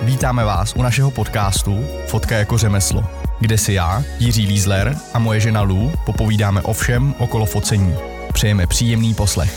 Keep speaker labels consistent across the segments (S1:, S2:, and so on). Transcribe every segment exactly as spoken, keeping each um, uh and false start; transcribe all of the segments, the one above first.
S1: Vítáme vás u našeho podcastu Fotka jako řemeslo, kde si já, Jiří Lízler a moje žena Lou popovídáme o všem okolo focení. Přejeme příjemný poslech.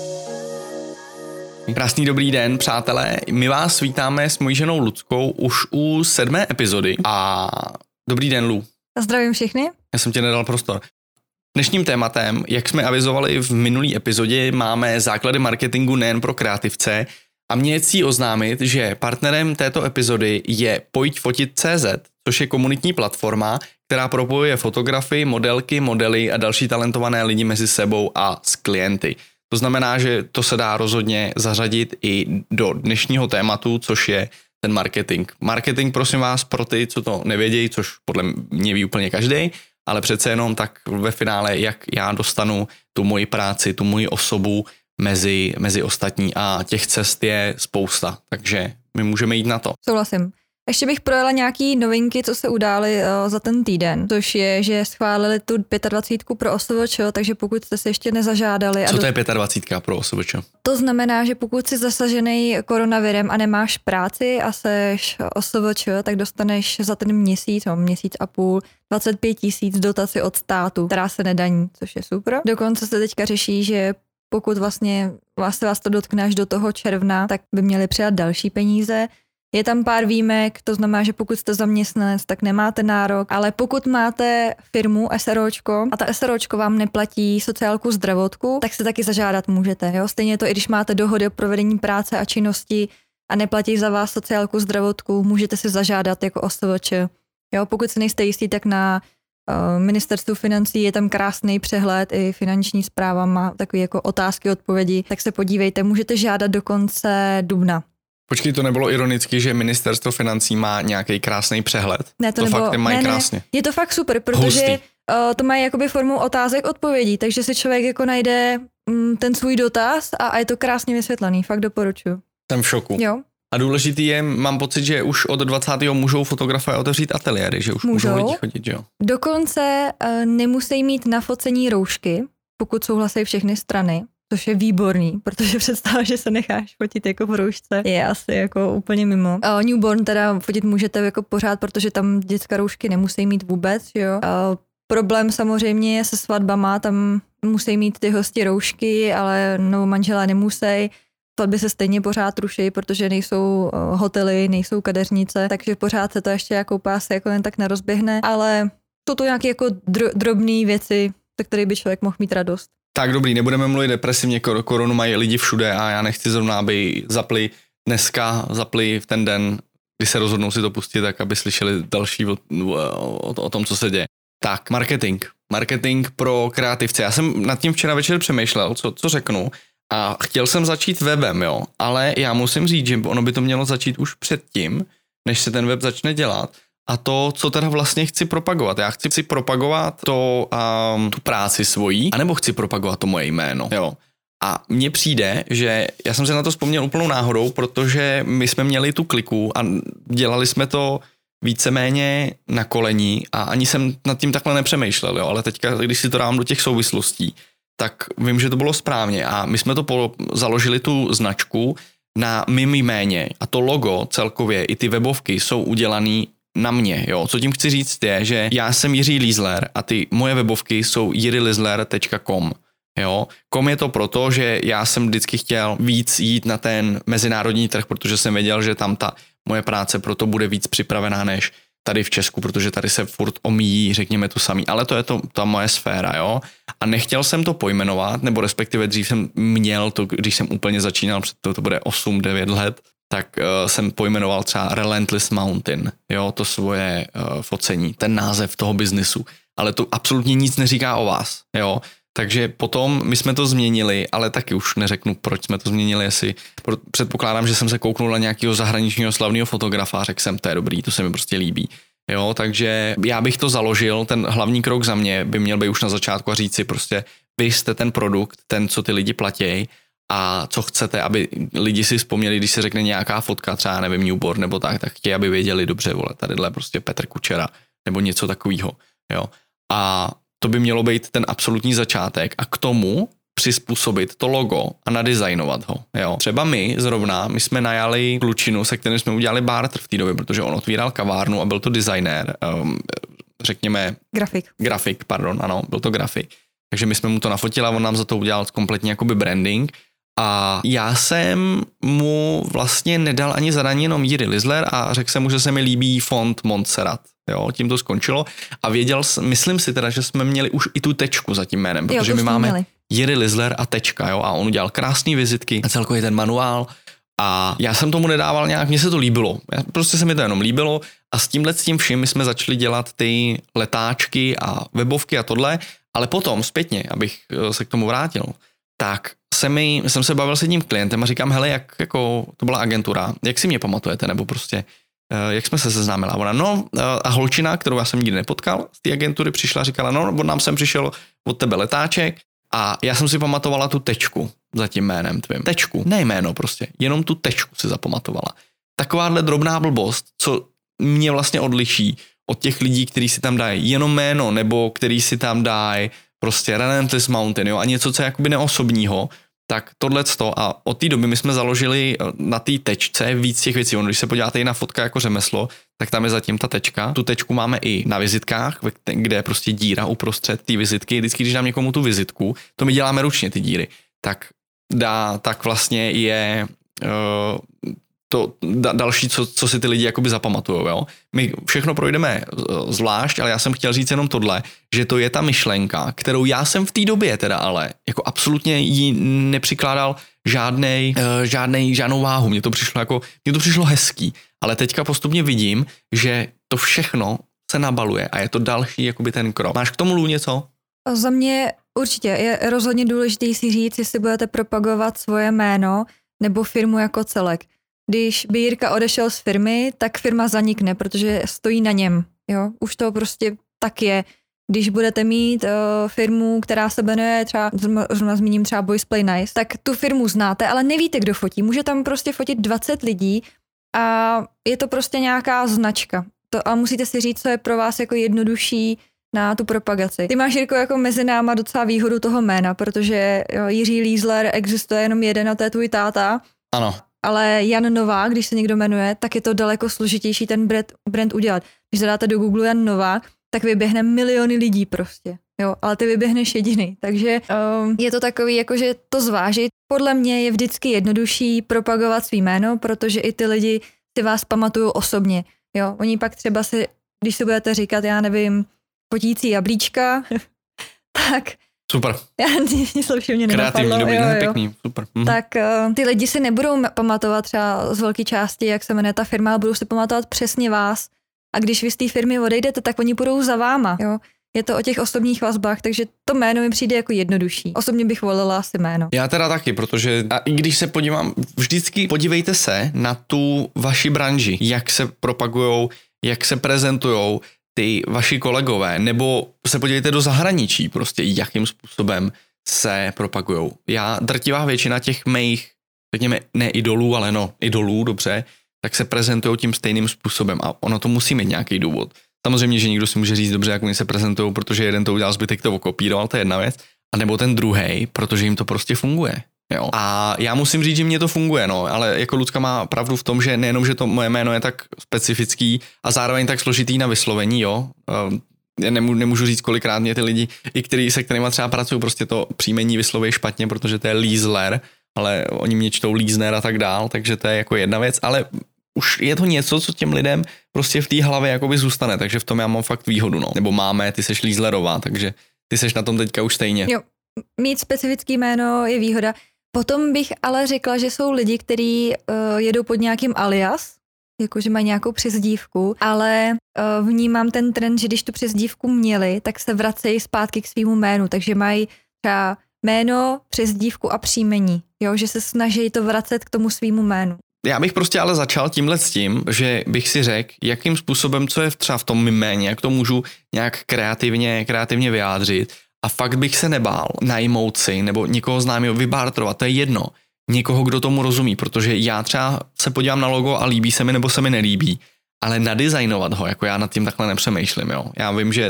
S2: Krásný dobrý den, přátelé. My vás vítáme s mojí ženou Luckou už u sedmé epizody a dobrý den, Lou.
S3: Zdravím všechny.
S2: Já jsem tě nedal prostor. Dnešním tématem, jak jsme avizovali v minulý epizodě, máme základy marketingu nejen pro kreativce a mě chci oznámit, že partnerem této epizody je Pojď fotit tečka cé zet, což je komunitní platforma, která propojuje fotografy, modelky, modely a další talentované lidi mezi sebou a s klienty. To znamená, že to se dá rozhodně zařadit i do dnešního tématu, což je ten marketing. Marketing, prosím vás, pro ty, co to nevědějí, což podle mě ví úplně každý, ale přece jenom tak ve finále, jak já dostanu tu moji práci, tu moji osobu mezi, mezi ostatní a těch cest je spousta, takže my můžeme jít na to.
S3: Souhlasím. Ještě bych projela nějaký novinky, co se udály uh, za ten týden, což je, že schválili tu dvacítku pět pro O S V Č, takže pokud jste se ještě nezažádali.
S2: Co
S3: a
S2: to
S3: do...
S2: je dvacítka pět pro O S V Č?
S3: To znamená, že pokud jsi zasažený koronavirem a nemáš práci a seš O S V Č, tak dostaneš za ten měsíc, no, měsíc a půl, dvacet pět tisíc dotaci od státu, která se nedaní, což je super. Dokonce se teďka řeší, že pokud vlastně vás, vás to dotkne až do toho června, tak by měli přidat další peníze. Je tam pár výjimek, to znamená, že pokud jste zaměstnanec, tak nemáte nárok, ale pokud máte firmu SROčko a ta SROčko vám neplatí sociálku zdravotku, tak se taky zažádat můžete. Jo? Stejně je to, i když máte dohody o provedení práce a činnosti a neplatí za vás sociálku zdravotku, můžete si zažádat jako O S V Č. Jo? Pokud si nejste jistý, tak na uh, ministerstvu financí je tam krásný přehled, i finanční správa má takové jako otázky, odpovědi, tak se podívejte, můžete žádat do konce dubna.
S2: Počkej, to nebylo ironicky, že ministerstvo financí má nějaký krásný přehled?
S3: Ne, to,
S2: to
S3: nebylo,
S2: fakt mají
S3: ne,
S2: krásně.
S3: Ne, je to fakt super, protože uh, to mají jakoby formu otázek odpovědí, takže si člověk jako najde um, ten svůj dotaz a, a je to krásně vysvětlený, fakt doporučuji.
S2: Jsem v šoku.
S3: Jo.
S2: A důležitý je, mám pocit, že už od dvacátého můžou fotografové otevřít ateliéry, že už můžou, můžou lidi chodit, jo?
S3: Dokonce uh, nemusí mít na focení roušky, pokud souhlasí všechny strany. Což je výborný, protože představa, že se necháš fotit jako v roušce, je asi jako úplně mimo. Uh, newborn teda fotit můžete jako pořád, protože tam dětská roušky nemusí mít vůbec, jo. Uh, problém samozřejmě je se svatbama, tam musí mít ty hosti roušky, ale no manželé nemusí. Svatby se stejně pořád ruší, protože nejsou uh, hotely, nejsou kadeřnice, takže pořád se to ještě jako pás jako jen tak nerozběhne, ale jsou to nějaké jako dro- drobné věci, ze kterých by člověk mohl mít radost.
S2: Tak dobrý, nebudeme mluvit depresivně, koronu mají lidi všude a já nechci zrovna, aby zapli dneska, zapli v ten den, kdy se rozhodnou si to pustit, tak aby slyšeli další o, o, o tom, co se děje. Tak, marketing. Marketing pro kreativce. Já jsem nad tím včera večer přemýšlel, co, co řeknu a chtěl jsem začít webem, jo, ale já musím říct, že ono by to mělo začít už předtím, než se ten web začne dělat. A to, co teda vlastně chci propagovat. Já chci si propagovat to, um, tu práci svojí, anebo chci propagovat to moje jméno. Jo. A mně přijde, že já jsem se na to vzpomněl úplnou náhodou, protože my jsme měli tu kliku a dělali jsme to víceméně na kolení a ani jsem nad tím takhle nepřemýšlel, jo. Ale teďka, když si to dám do těch souvislostí, tak vím, že to bylo správně a my jsme to po, založili tu značku na mým jméně a to logo celkově, i ty webovky jsou udělaný na mě, jo. Co tím chci říct je, že já jsem Jiří Lízler a ty moje webovky jsou jiří lízler tečka com, jo. Com je to proto, že já jsem vždycky chtěl víc jít na ten mezinárodní trh, protože jsem věděl, že tam ta moje práce proto bude víc připravená než tady v Česku, protože tady se furt omíjí, řekněme to samý, ale to je to ta moje sféra, jo. A nechtěl jsem to pojmenovat, nebo respektive dřív jsem měl to, když jsem úplně začínal, před to, to bude osm devět let, tak uh, jsem pojmenoval třeba Relentless Mountain, jo, to svoje uh, focení, ten název toho biznisu, ale to absolutně nic neříká o vás, jo, takže potom my jsme to změnili, ale taky už neřeknu, proč jsme to změnili, jestli předpokládám, že jsem se kouknul na nějakého zahraničního slavného fotografa a řekl jsem, to je dobrý, to se mi prostě líbí, jo, takže já bych to založil, ten hlavní krok za mě by měl být už na začátku a říct si prostě, vy jste ten produkt, ten, co ty lidi platí, a co chcete, aby lidi si vzpomněli, když se řekne nějaká fotka, třeba nevím, newborn nebo tak, tak chtějí, aby věděli dobře, vole, tadyhle prostě Petr Kučera nebo něco takového, jo. A to by mělo být ten absolutní začátek a k tomu přizpůsobit to logo a nadizajnovat ho. Jo. Třeba my zrovna, my jsme najali klučinu, se kterým jsme udělali barter v té době, protože on otvíral kavárnu a byl to designér, um, řekněme...
S3: Grafik.
S2: Grafik, pardon, ano, byl to grafik. Takže my jsme mu to nafotili a on nám za to udělal kompletně jakoby branding. A já jsem mu vlastně nedal ani zadání jenom Jiří Lizler a řekl jsem mu, že se mi líbí font Montserrat. Jo, tím to skončilo a věděl, myslím si teda, že jsme měli už i tu tečku za tím jménem, protože jo, my máme měli. Jiří Lizler a tečka, jo, a on udělal krásný vizitky a celkově ten manuál a já jsem tomu nedával nějak, mně se to líbilo, prostě se mi to jenom líbilo a s tímhle s tím vším my jsme začali dělat ty letáčky a webovky a tohle, ale potom zpětně, abych se k tomu vrátil, tak se mi, jsem se bavil s jedním klientem a říkám, hele, jak jako to byla agentura, jak si mě pamatujete, nebo prostě jak jsme se seznámili. A ona, no a holčina, kterou já jsem nikdy nepotkal z té agentury, přišla a říkala, no od nám jsem přišel od tebe letáček a já jsem si pamatovala tu tečku za tím jménem tvým. Tečku, ne jméno prostě, jenom tu tečku si zapamatovala. Takováhle drobná blbost, co mě vlastně odliší od těch lidí, kteří si tam dají jenom jméno, nebo který si tam dají prostě Relentless Mountain, jo, a něco, co je jakoby neosobního, tak tohleto a od té doby my jsme založili na té tečce víc těch věcí. On, když se podíváte i na fotka jako řemeslo, tak tam je zatím ta tečka. Tu tečku máme i na vizitkách, kde je prostě díra uprostřed té vizitky. Vždycky, když dám někomu tu vizitku, to my děláme ručně ty díry, tak dá, tak vlastně je uh, to da, další, co, co si ty lidi jakoby zapamatujou. Jo? My všechno projdeme zvlášť, ale já jsem chtěl říct jenom tohle, že to je ta myšlenka, kterou já jsem v té době teda ale jako absolutně jí nepřikládal žádnej, žádnej, žádnou váhu. Mně to přišlo jako, mně to přišlo hezký, ale teďka postupně vidím, že to všechno se nabaluje a je to další jakoby ten krok. Máš k tomu, Lů, něco?
S3: Za mě určitě je rozhodně důležité si říct, jestli budete propagovat svoje jméno nebo firmu jako celek. Když by Jirka odešel z firmy, tak firma zanikne, protože stojí na něm. Jo? Už to prostě tak je. Když budete mít uh, firmu, která se jmenuje třeba, zrovna zmíním třeba Boys Play Nice, tak tu firmu znáte, ale nevíte, kdo fotí. Může tam prostě fotit dvacet lidí a je to prostě nějaká značka. To, a musíte si říct, co je pro vás jako jednodušší na tu propagaci. Ty máš, Jirko, jako mezi náma docela výhodu toho jména, protože jo, Jiří Lízler existuje jenom jeden a to je tvůj táta.
S2: Ano.
S3: Ale Jan Novák, když se někdo jmenuje, tak je to daleko složitější ten brand, brand udělat. Když zadáte do Google Jan Novák, tak vyběhne miliony lidí prostě. Jo, ale ty vyběhneš jediný. Takže um, je to takový, jakože to zvážit. Podle mě je vždycky jednodušší propagovat svý jméno, protože i ty lidi si vás pamatují osobně. Jo, oni pak třeba si, když si budete říkat, já nevím, fotící jablíčka, tak
S2: super.
S3: Já nic lepšího mě nenapadlo.
S2: Kreativní, dobrý,
S3: jo,
S2: ne,
S3: jo.
S2: pěkný, super. Mhm.
S3: Tak uh, ty lidi si nebudou pamatovat třeba z velké části, jak se jmenuje ta firma, ale budou si pamatovat přesně vás. A když vy z té firmy odejdete, tak oni půjdou za váma. Jo? Je to o těch osobních vazbách, takže to jméno mi přijde jako jednodušší. Osobně bych volila asi jméno.
S2: Já teda taky, protože a i když se podívám, vždycky podívejte se na tu vaši branži, jak se propagujou, jak se prezentujou ty vaši kolegové, nebo se podívejte do zahraničí, prostě jakým způsobem se propagujou. Já, drtivá většina těch mých, řekněme, ne idolů, ale no, idolů, dobře, tak se prezentují tím stejným způsobem a ono to musí mít nějaký důvod. Samozřejmě, že někdo si může říct dobře, jak oni se prezentují, protože jeden to udělal, zbytek to okopíroval, to je jedna věc, a nebo ten druhej, protože jim to prostě funguje. Jo. A já musím říct, že mně to funguje, no, ale jako Lucka má pravdu v tom, že nejenom, že to moje jméno je tak specifický a zároveň tak složitý na vyslovení, jo. Já nemůžu, nemůžu říct, kolikrát mě ty lidi, i který, se kterýma třeba pracuju, prostě to příjmení vysloví špatně, protože to je Lízler, ale oni mě čtou Lízner a tak dál, takže to je jako jedna věc, ale už je to něco, co těm lidem prostě v té hlavě jakoby zůstane, takže v tom já mám fakt výhodu, no. Nebo máme, ty seš Lízlerová, takže ty seš na tom teďka už stejně.
S3: Jo, mít specifický jméno je výhoda. Potom bych ale řekla, že jsou lidi, kteří uh, jedou pod nějakým alias, jakože mají nějakou přezdívku, ale uh, vnímám ten trend, že když tu přezdívku měli, tak se vracejí zpátky k svýmu jménu, takže mají třeba jméno, přezdívku a příjmení, jo, že se snaží to vracet k tomu svýmu jménu.
S2: Já bych prostě ale začal tímhle s tím, že bych si řekl, jakým způsobem, co je třeba v tom mým jméně, jak to můžu nějak kreativně, kreativně vyjádřit. A fakt bych se nebál najmout si nebo někoho známého vybartrovat, to je jedno. Někoho, kdo tomu rozumí, protože já třeba se podívám na logo a líbí se mi nebo se mi nelíbí, ale nadizajnovat ho, jako já nad tím takhle nepřemýšlím, jo. Já vím, že to,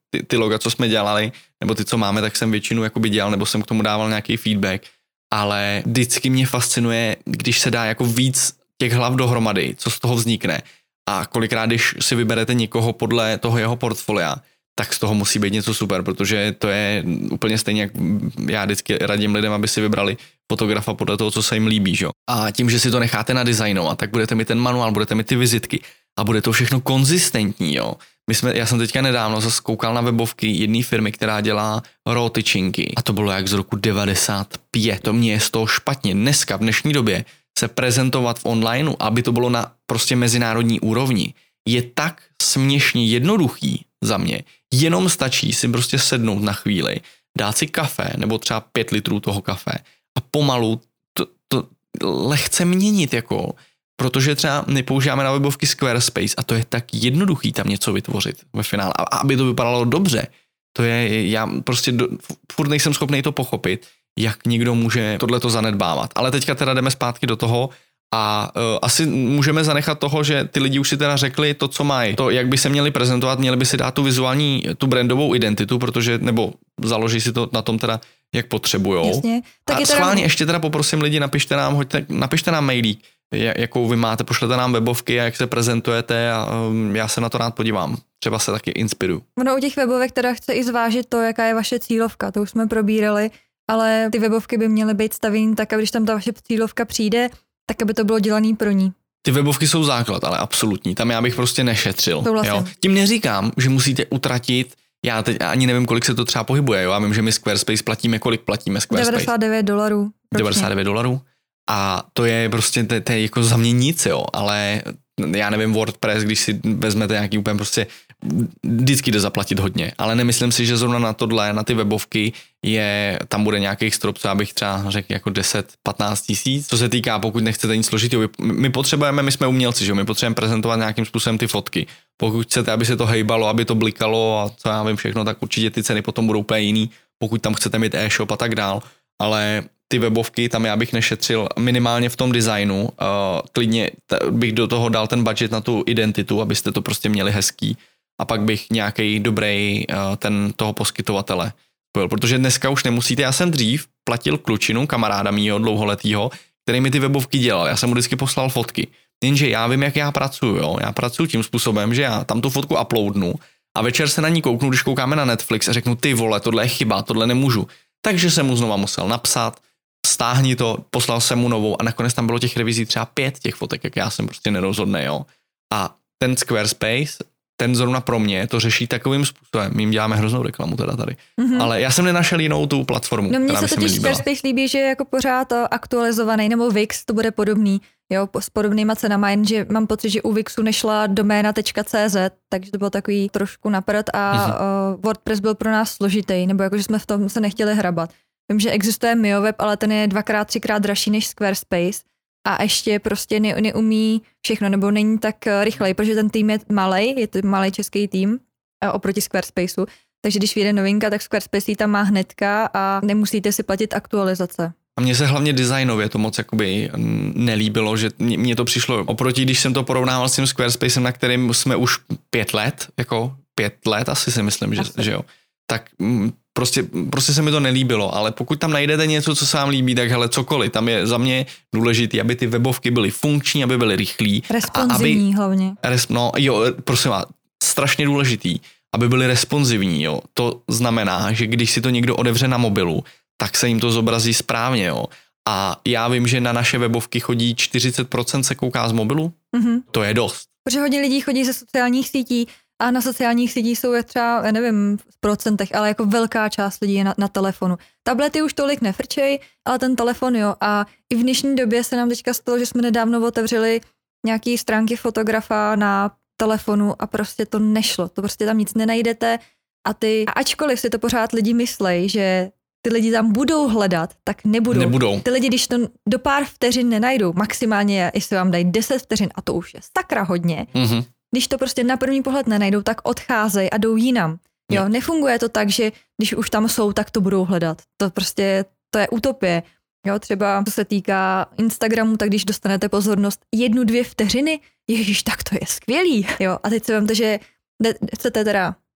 S2: ty, ty loga, co jsme dělali, nebo ty, co máme, tak jsem většinu jakoby dělal, nebo jsem k tomu dával nějaký feedback, ale vždycky mě fascinuje, když se dá jako víc těch hlav dohromady, co z toho vznikne. A kolikrát, když si vyberete někoho podle toho jeho portfolia, tak z toho musí být něco super, protože to je úplně stejně, jak já vždycky radím lidem, aby si vybrali fotografa podle toho, co se jim líbí. Že? A tím, že si to necháte nadizajnovat, tak budete mít ten manuál, budete mít ty vizitky a bude to všechno konzistentní. Jo? My jsme, já jsem teďka nedávno zase koukal na webovky jedné firmy, která dělá raw tyčinky a to bylo jak z roku devadesát pět. To mě je z toho špatně. Dneska, v dnešní době, se prezentovat v onlineu, aby to bylo na prostě mezinárodní úrovni, je tak směšně jednoduchý za mě. Jenom stačí si prostě sednout na chvíli, dát si kafe nebo třeba pět litrů toho kafe a pomalu to, to lehce měnit, jako, protože třeba nepoužíváme na webovky Squarespace a to je tak jednoduchý tam něco vytvořit ve finále. A aby to vypadalo dobře, to je, já prostě do, furt nejsem schopný to pochopit, jak někdo může tohleto zanedbávat. Ale teďka teda jdeme zpátky do toho a uh, asi můžeme zanechat toho, že ty lidi už si teda řekli to, co mají. To, jak by se měli prezentovat, měli by si dát tu vizuální, tu brandovou identitu, protože, nebo založí si to na tom teda, jak potřebujou.
S3: Jasně. Tak
S2: a
S3: teda...
S2: schválně ještě teda poprosím lidi, napište nám, hoďte, napište nám mailík, jakou vy máte, pošlete nám webovky a jak se prezentujete a um, já se na to rád podívám. Třeba se taky inspiruju.
S3: Ono u těch webovek teda chce i zvážit to, jaká je vaše cílovka, to už jsme probírali, ale ty webovky by měly být stavěny tak, aby když tam ta vaše cílovka přijde, tak aby to bylo dělaný pro ní.
S2: Ty webovky jsou základ, ale absolutní. Tam já bych prostě nešetřil.
S3: Jo?
S2: Tím neříkám, že musíte utratit, já teď ani nevím, kolik se to třeba pohybuje. Jo? Já vím, že my Squarespace platíme, kolik platíme Squarespace?
S3: devadesát devět dolarů.
S2: devadesát devět dolarů. A to je prostě, to, to je jako za mě nic, jo, ale já nevím, WordPress, když si vezmete nějaký úplně prostě, vždycky jde zaplatit hodně, ale nemyslím si, že zrovna na tohle, na ty webovky je, tam bude nějakých strop, co já bych třeba řekl jako deset patnáct tisíc, co se týká, pokud nechcete nic složitého. My potřebujeme, my jsme umělci, že my potřebujeme prezentovat nějakým způsobem ty fotky. Pokud chcete, aby se to hejbalo, aby to blikalo a co já vím všechno, tak určitě ty ceny potom budou úplně jiný, pokud tam chcete mít e-shop a tak dál, ale ty webovky, tam já bych nešetřil minimálně v tom designu, uh, klidně t- bych do toho dal ten budget na tu identitu, abyste to prostě měli hezký a pak bych nějaký dobrý uh, ten toho poskytovatele spojil, protože dneska už nemusíte, já jsem dřív platil klučinu, kamaráda mýho dlouholetýho, který mi ty webovky dělal, já jsem mu vždycky poslal fotky, jenže já vím, jak já pracuju, jo? Já pracuju tím způsobem, že já tam tu fotku uploadnu a večer se na ní kouknu, když koukáme na Netflix a řeknu, ty vole, tohle je chyba, tohle nemůžu, takže jsem mu znova musel napsat, stáhni to, poslal jsem mu novou a nakonec tam bylo těch revizí třeba pět těch fotek, jak já jsem prostě nerozhodnej, jo. A ten Squarespace, ten zrovna pro mě to řeší takovým způsobem, my jim děláme hroznou reklamu teda tady, mm-hmm. ale já jsem nenašel jinou tu platformu.
S3: No mně se totiž Squarespace líbí, že je jako pořád aktualizovaný, nebo Wix, to bude podobný, jo, s podobnýma cenama, jenže mám pocit, že u Wixu nešla doména tečka cé zet, takže to bylo takový trošku napřed a mm-hmm. uh, WordPress byl pro nás složitý, nebo jakože jsme v tom se nechtěli hrabat. Vím, že existuje MioWeb, ale ten je dvakrát, třikrát dražší než Squarespace a ještě prostě ne, neumí všechno, nebo není tak rychlej, protože ten tým je malej, je to malý český tým oproti Squarespaceu, takže když vyjde novinka, tak Squarespace ji tam má hnedka a nemusíte si platit aktualizace.
S2: A mně se hlavně designově to moc jakoby nelíbilo, že mně to přišlo oproti, když jsem to porovnával s tím Squarespacem, na kterým jsme už pět let, jako pět let asi si myslím, že, že jo, tak Prostě, prostě se mi to nelíbilo, ale pokud tam najdete něco, co se vám líbí, tak hele, cokoliv. Tam je za mě důležité, aby ty webovky byly funkční, aby byly rychlý.
S3: Responsivní
S2: aby,
S3: hlavně.
S2: Res, no jo, prosím vás, strašně důležitý, aby byly responsivní, jo. To znamená, že když si to někdo odevře na mobilu, tak se jim to zobrazí správně, jo. A já vím, že na naše webovky chodí čtyřicet procent se kouká z mobilu. Mm-hmm. To je dost.
S3: Protože hodně lidí chodí ze sociálních sítí, a na sociálních sítích jsou je třeba, já nevím, v procentech, ale jako velká část lidí je na, na telefonu. Tablety už tolik nefrčej, ale ten telefon jo. A i v dnešní době se nám teďka stalo, že jsme nedávno otevřeli nějaký stránky fotografa na telefonu a prostě to nešlo. To prostě tam nic nenajdete a ty, a ačkoliv si to pořád lidi myslej, že ty lidi tam budou hledat, tak nebudou.
S2: nebudou.
S3: Ty lidi, když to do pár vteřin nenajdou, maximálně, jestli vám dají deset vteřin, a to už je sakra hodně, mm-hmm. Když to prostě na první pohled nenajdou, tak odcházejí a jdou jinam. Jo, jo, nefunguje to tak, že když už tam jsou, tak to budou hledat. To prostě, to je utopie. Jo, třeba co se týká Instagramu, tak když dostanete pozornost jednu, dvě vteřiny, ježiš, tak to je skvělý. Jo, a teď si vemte, že chcete teda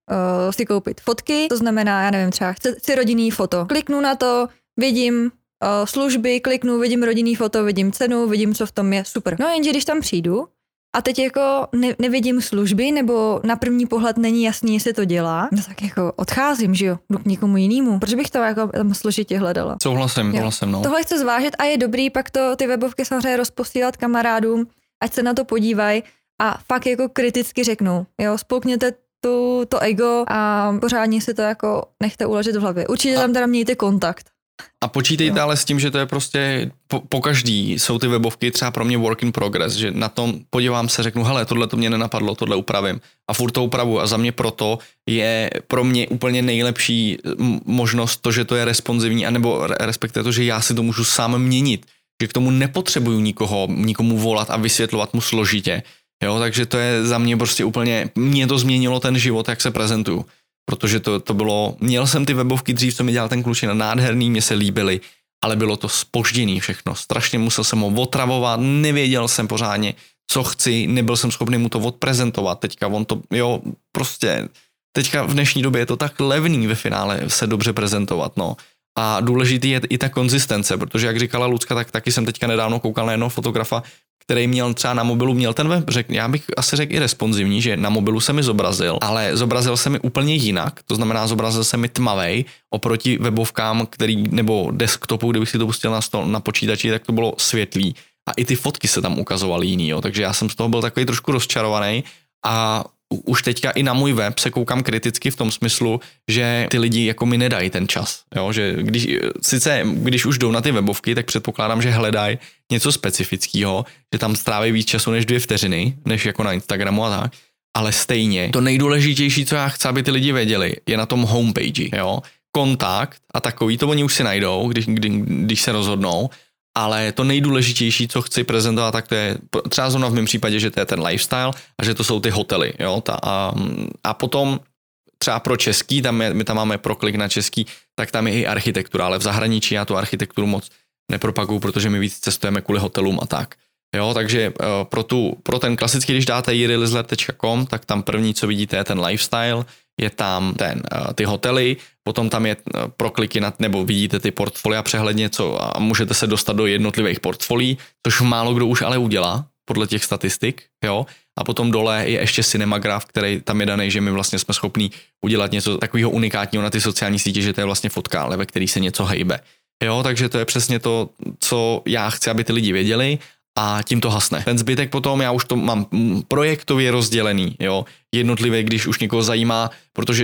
S3: uh, si koupit fotky, to znamená, já nevím, třeba chci, chci rodinný foto. Kliknu na to, vidím uh, služby, kliknu, vidím rodinný foto, vidím cenu, vidím, co v tom je, super. No jenže když tam přijdu a teď jako ne, nevidím služby, nebo na první pohled není jasný, jestli to dělá, no tak jako odcházím, že jo, jdu k někomu jinému. Proč bych to jako tam složitě hledala?
S2: Souhlasím, souhlasím, no.
S3: Tohle chci zvážit a je dobrý pak to ty webovky samozřejmě rozposílat kamarádům, ať se na to podívají a fakt jako kriticky řeknou, jo, spolkněte tu, to ego a pořádně si to jako nechte uložit v hlavě. Určitě tam teda mějte kontakt.
S2: A počítejte jo. ale s tím, že to je prostě po, po každý jsou ty webovky třeba pro mě work in progress, že na tom podívám se, řeknu, hele, tohle to mě nenapadlo, tohle upravím a furt to upravu a za mě proto je pro mě úplně nejlepší možnost to, že to je responsivní, anebo respektive to, že já si to můžu sám měnit, že k tomu nepotřebuju nikoho, nikomu volat a vysvětlovat mu složitě, jo, takže to je za mě prostě úplně, mě to změnilo ten život, jak se prezentuju. Protože to, to bylo, měl jsem ty webovky dřív, co mi dělal ten klučina, nádherný, mě se líbily, ale bylo to zpožděný všechno. Strašně musel jsem ho otravovat, nevěděl jsem pořádně, co chci, nebyl jsem schopný mu to odprezentovat. Teďka on to, jo, prostě, teďka v dnešní době je to tak levný ve finále se dobře prezentovat, no. A důležitý je i ta konzistence, protože jak říkala Lucka, tak taky jsem teďka nedávno koukal na jednoho fotografa, který měl třeba na mobilu, měl ten web, řek, já bych asi řekl i responsivní, že na mobilu se mi zobrazil, ale zobrazil se mi úplně jinak, to znamená zobrazil se mi tmavej oproti webovkám, který, nebo desktopu, kdybych si to pustil na, stol, na počítači, tak to bylo světlý a i ty fotky se tam ukazovaly jiný, jo, takže já jsem z toho byl takový trošku rozčarovaný a už teďka i na můj web se koukám kriticky v tom smyslu, že ty lidi jako mi nedají ten čas, jo, že když, sice když už jdou na ty webovky, tak předpokládám, že hledají něco specifického, že tam stráví víc času než dvě vteřiny, než jako na Instagramu a tak, ale stejně to nejdůležitější, co já chci, aby ty lidi věděli, je na tom homepage, jo, kontakt a takový, to oni už si najdou, když, kdy, když se rozhodnou, ale to nejdůležitější, co chci prezentovat, tak to je třeba zrovna v mém případě, že to je ten lifestyle a že to jsou ty hotely, jo, ta, a, a potom třeba pro český, tam je, my tam máme proklik na český, tak tam je i architektura, ale v zahraničí já tu architekturu moc nepropaguju, protože my víc cestujeme kvůli hotelům a tak. Jo, takže uh, pro, tu, pro ten klasický, když dáte jiry lizler tečka com, tak tam první, co vidíte, je ten lifestyle, je tam ten, uh, ty hotely, potom tam je uh, prokliky na, nebo vidíte ty portfolia přehledně, co a můžete se dostat do jednotlivých portfolií, což málo kdo už ale udělá, podle těch statistik, jo, a potom dole je ještě Cinemagraph, který tam je daný, že my vlastně jsme schopní udělat něco takového unikátního na ty sociální sítě, že to je vlastně fotka, ale ve který se něco hejbe. Jo, takže to je přesně to, co já chci, aby ty lidi věděli a tím to hasne. Ten zbytek potom já už to mám projektově rozdělený, jo, jednotlivě, když už někoho zajímá, protože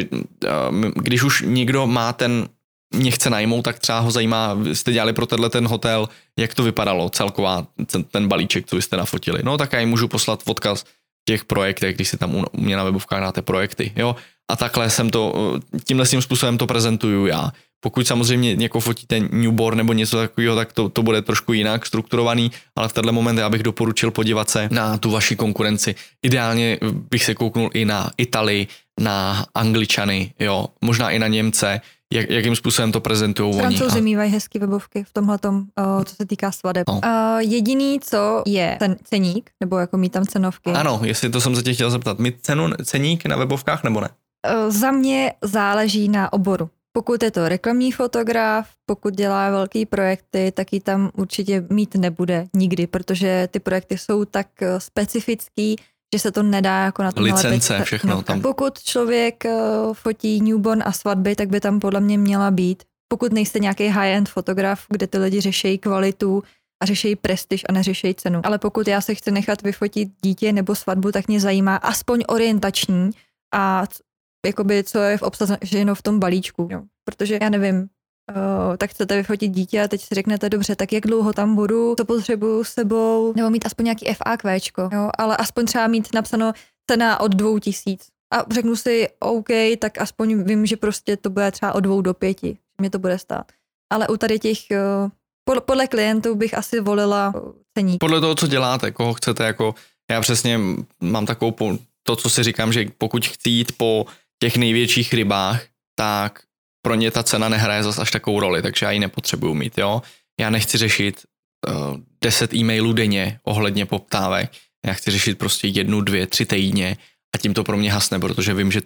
S2: když už někdo má ten, mě chce najmout, tak třeba ho zajímá, jste dělali pro tenhle ten hotel, jak to vypadalo, celková, ten, ten balíček, co jste nafotili. No tak já jim můžu poslat odkaz těch projektech, když si tam u mě na webovkách dáte projekty, jo. A takhle jsem to, tímhle tím způsobem to prezentuju já. Pokud samozřejmě někoho fotíte newborn nebo něco takového, tak to, to bude trošku jinak strukturovaný, ale v tenhle moment já bych doporučil podívat se na tu vaši konkurenci. Ideálně bych se kouknul i na Italii, na Angličany, jo, možná i na Němce, jak, jakým způsobem to prezentují oni.
S3: Francouzi mývají hezky webovky v tomhletom, co se týká svadeb. No. Uh, jediný, co je ten ceník, nebo jako mít tam cenovky.
S2: Ano, jestli to jsem se tě chtěl zeptat. Mít cenu, ceník na webovkách nebo ne?
S3: Uh, za mě záleží na oboru. Pokud je to reklamní fotograf, pokud dělá velký projekty, tak ji tam určitě mít nebude nikdy, protože ty projekty jsou tak specifický, že se to nedá jako na to
S2: licence, všechno
S3: no,
S2: tam.
S3: Pokud člověk fotí newborn a svatby, tak by tam podle mě měla být. Pokud nejste nějaký high-end fotograf, kde ty lidi řeší kvalitu a řeší prestiž a neřeší cenu. Ale pokud já se chci nechat vyfotit dítě nebo svatbu, tak mě zajímá aspoň orientační a jakoby, co je v obsaženo v tom balíčku. Jo. Protože já nevím, uh, tak chcete vyfotit dítě a teď si řeknete, dobře, tak jak dlouho tam budu, co potřebuju s sebou, nebo mít aspoň nějaký FAQčko, jo, ale aspoň třeba mít napsáno cena od dvou tisíc. A řeknu si, OK, tak aspoň vím, že prostě to bude třeba od dvou do pěti, že mě to bude stát. Ale u tady těch, uh, podle, podle klientů bych asi volila ceník.
S2: Podle toho, co děláte, koho chcete, jako já přesně mám takovou, to, co si říkám, že pokud chci jít po těch největších rybách, tak pro ně ta cena nehraje zas až takovou roli, takže já ji nepotřebuju mít, jo. Já nechci řešit uh, deset e-mailů denně ohledně poptávek, já chci řešit prostě jednu, dvě, tři týdně a tím to pro mě hasne, protože vím, že to,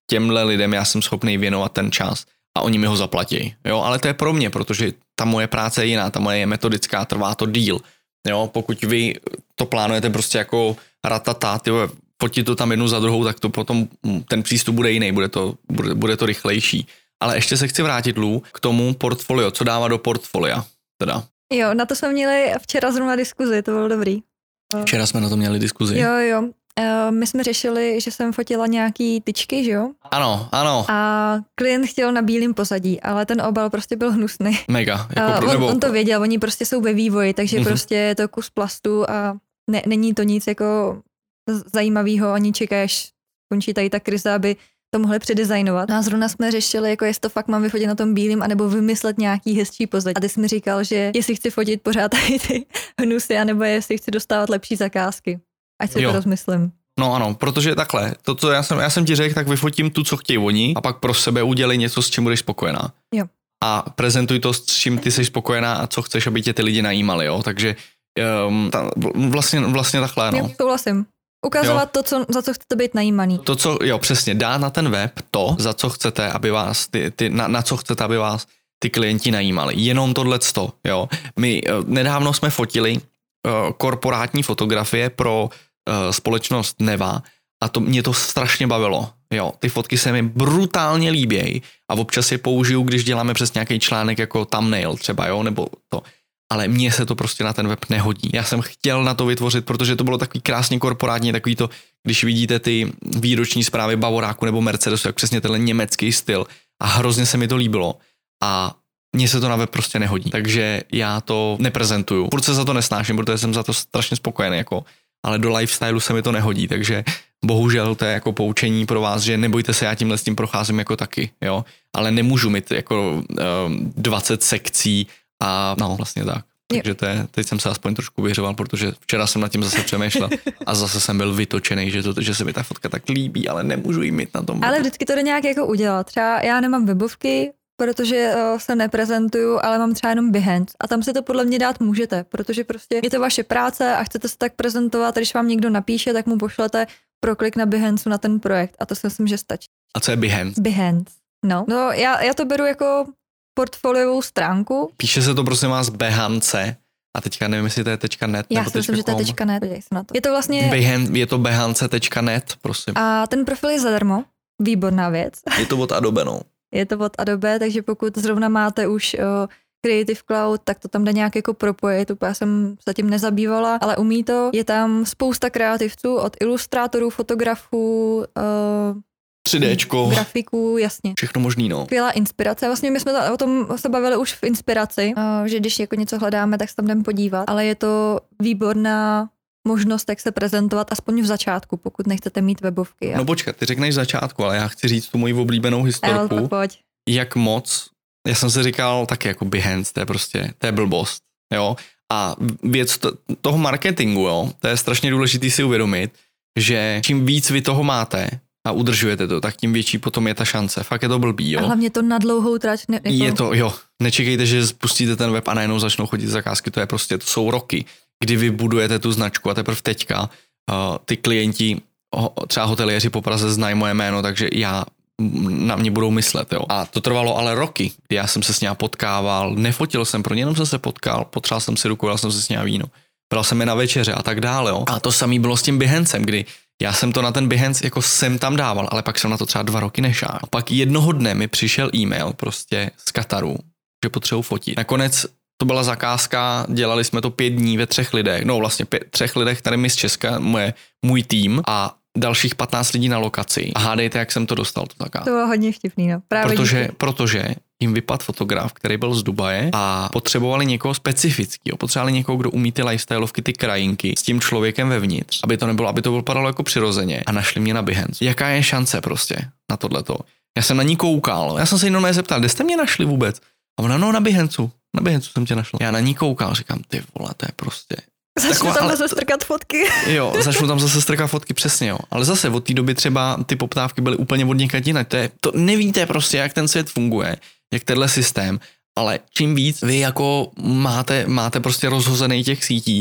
S2: těmhle lidem já jsem schopný věnovat ten čas a oni mi ho zaplatí. Jo, ale to je pro mě, protože ta moje práce je jiná, ta moje je metodická, trvá to díl. Jo, pokud vy to plánujete prostě jako ratata, ty fotit to tam jednu za druhou, tak to potom ten přístup bude jiný, bude to, bude, bude to rychlejší. Ale ještě se chci vrátit, Lů, k tomu portfolio, co dává do portfolia, teda.
S3: Jo, na to jsme měli včera zrovna diskuzi, to bylo dobrý.
S2: Včera jsme na to měli diskuzi.
S3: Jo, jo. My jsme řešili, že jsem fotila nějaký tyčky, že jo?
S2: Ano, ano.
S3: A klient chtěl na bílém pozadí, ale ten obal prostě byl hnusný.
S2: Mega. Jako pro,
S3: on,
S2: nebo...
S3: on to věděl, oni prostě jsou ve vývoji, takže mm-hmm. prostě je to kus plastu a ne, není to nic jako zajímavého, ani čekáš, končí tady ta krize, aby to mohli předizajnovat. No a zrovna jsme řešili, jako jestli to fakt mám vyfotit na tom bílým, anebo vymyslet nějaký hezčí pozadí. A ty jsi mi říkal, že jestli chci fotit pořád tady ty hnusy, anebo jestli chci dostávat lepší zakázky. Ať si jo. to rozmyslím.
S2: No ano, protože takhle, to, co já jsem, já jsem ti řekl, tak vyfotím tu, co chtějí oni a pak pro sebe udělej něco, s čím budeš spokojená.
S3: Jo.
S2: A prezentuj to, s čím ty jsi spokojená a co chceš, aby tě ty lidi najímali, jo. Takže um, ta, vlastně, vlastně takhle, no.
S3: Jo, souhlasím. Ukazovat jo. to, co, za co chcete být najímaný.
S2: To, co, jo, přesně, dát na ten web to, za co chcete, aby vás, ty, ty, na, na co chcete, aby vás ty klienti najímali. Jenom tohleto, jo. My nedávno jsme fotili uh, korporátní fotografie pro uh, společnost Neva a to mě to strašně bavilo. Jo, ty fotky se mi brutálně líbějí a občas je použiju, když děláme přes nějaký článek jako thumbnail třeba, jo, nebo to. Ale mně se to prostě na ten web nehodí. Já jsem chtěl na to vytvořit, protože to bylo takový krásně korporátní, takový to, když vidíte ty výroční zprávy Bavoráku nebo Mercedesu, jak přesně tenhle německý styl a hrozně se mi to líbilo a mně se to na web prostě nehodí. Takže já to neprezentuju. Furt se za to nesnáším, protože jsem za to strašně spokojený, jako, ale do lifestylu se mi to nehodí, takže bohužel to je jako poučení pro vás, že nebojte se, já tímhle s tím procházím jako taky, jo, ale nemůžu mít jako um, dvacet sekcí a no vlastně tak. Takže to je, teď jsem se aspoň trošku vyhřoval, protože včera jsem nad tím zase přemýšlel a zase jsem byl vytočený, že, to, že se mi ta fotka tak líbí, ale nemůžu jí mít na tom.
S3: Ale vždycky to jde nějak jako udělat. Třeba já nemám webovky, protože uh, se neprezentuju, ale mám třeba jenom Behance a tam si to podle mě dát můžete, protože prostě je to vaše práce a chcete se tak prezentovat a když vám někdo napíše, tak mu pošlete proklik na Behance na ten projekt a to si myslím, že stačí.
S2: A co je Behance?
S3: Behance, no. No já, já to beru jako portfoliovou stránku.
S2: Píše se to prosím vás Behance a teďka nevím, jestli to je .net
S3: Já
S2: nebo
S3: si myslím, že to je .net, podívej se na to. Je to vlastně...
S2: Behance, je to behance tečka net, prosím.
S3: A ten profil je zadarmo, výborná věc.
S2: Je to od Adobe, no.
S3: Je to od Adobe, takže pokud zrovna máte už uh, Creative Cloud, tak to tam jde nějak jako propojit, úplně jsem se tím nezabývala, ale umí to. Je tam spousta kreativců, od ilustrátorů, fotografů, uh,
S2: tři déčko,
S3: grafiků, jasně.
S2: Všechno možný, no.
S3: Skvělá inspirace. Vlastně my jsme to, o tom se bavili už v inspiraci, že když jako něco hledáme, tak se tam jdeme podívat, ale je to výborná možnost, jak se prezentovat aspoň v začátku, pokud nechcete mít webovky.
S2: Jo? No počkat, ty řekneš začátku, ale já chci říct tu moji oblíbenou historku.
S3: El, pojď.
S2: Jak moc, já jsem si říkal taky jako Behance, to je prostě, to je blbost, jo. A věc to, toho marketingu, jo, to je strašně důležitý si uvědomit, že čím víc vy toho máte, a udržujete to, tak tím větší potom je ta šance. Fakt je to blbý, jo.
S3: A hlavně to na dlouhou trať. Ne, jako...
S2: Je to, jo. Nečekejte, že spustíte ten web a najednou začnou chodit zakázky. To je prostě, to jsou roky, kdy vy budujete tu značku a teprve teďka uh, ty klienti, ho, třeba hoteliéři po Praze znají moje jméno, takže já na mě budou myslet, jo. A to trvalo ale roky, kdy já jsem se s ním potkával, nefotil jsem pro ně, jenom jsem se potkal, potřeboval jsem si ruku, dal jsem se s ním víno. Bral jsem je na večeře a tak dále, jo. A to samý bylo s tím Behancem, kdy já jsem to na ten Behance jako jsem tam dával, ale pak jsem na to třeba dva roky nešel. A pak jednoho dne mi přišel e-mail prostě z Kataru, že potřebuji fotit. Nakonec to byla zakázka, dělali jsme to pět dní ve třech lidech, no vlastně pět, třech lidech, tady mi z Česka, moje, můj tým a dalších patnáct lidí na lokaci. A hádejte, jak jsem to dostal, to zakázku.
S3: To bylo hodně vtipný, no. Právě
S2: protože, protože jim vypadl fotograf, který byl z Dubaje a potřebovali někoho specifického, potřebovali někoho, kdo umí ty lifestyleovky, ty krajinky s tím člověkem vevnitř, aby to nebylo, aby to vypadalo jako přirozeně a našli mě na Behance. Jaká je šance prostě na tohleto? Já jsem na ní koukal, já jsem se jenom zeptal, kde jste mě našli vůbec? A ona, no na Behanceu, na Behanceu jsem tě našel. Já na ní koukal, říkám, ty vole, to je prostě...
S3: Začnu tam zase strkat fotky.
S2: Jo, začnu tam zase strkat fotky, přesně jo. Ale zase od té doby třeba ty poptávky byly úplně od někať jinak. To, je, to nevíte prostě, jak ten svět funguje, jak tenhle systém, ale čím víc vy jako máte, máte prostě rozhozený těch sítí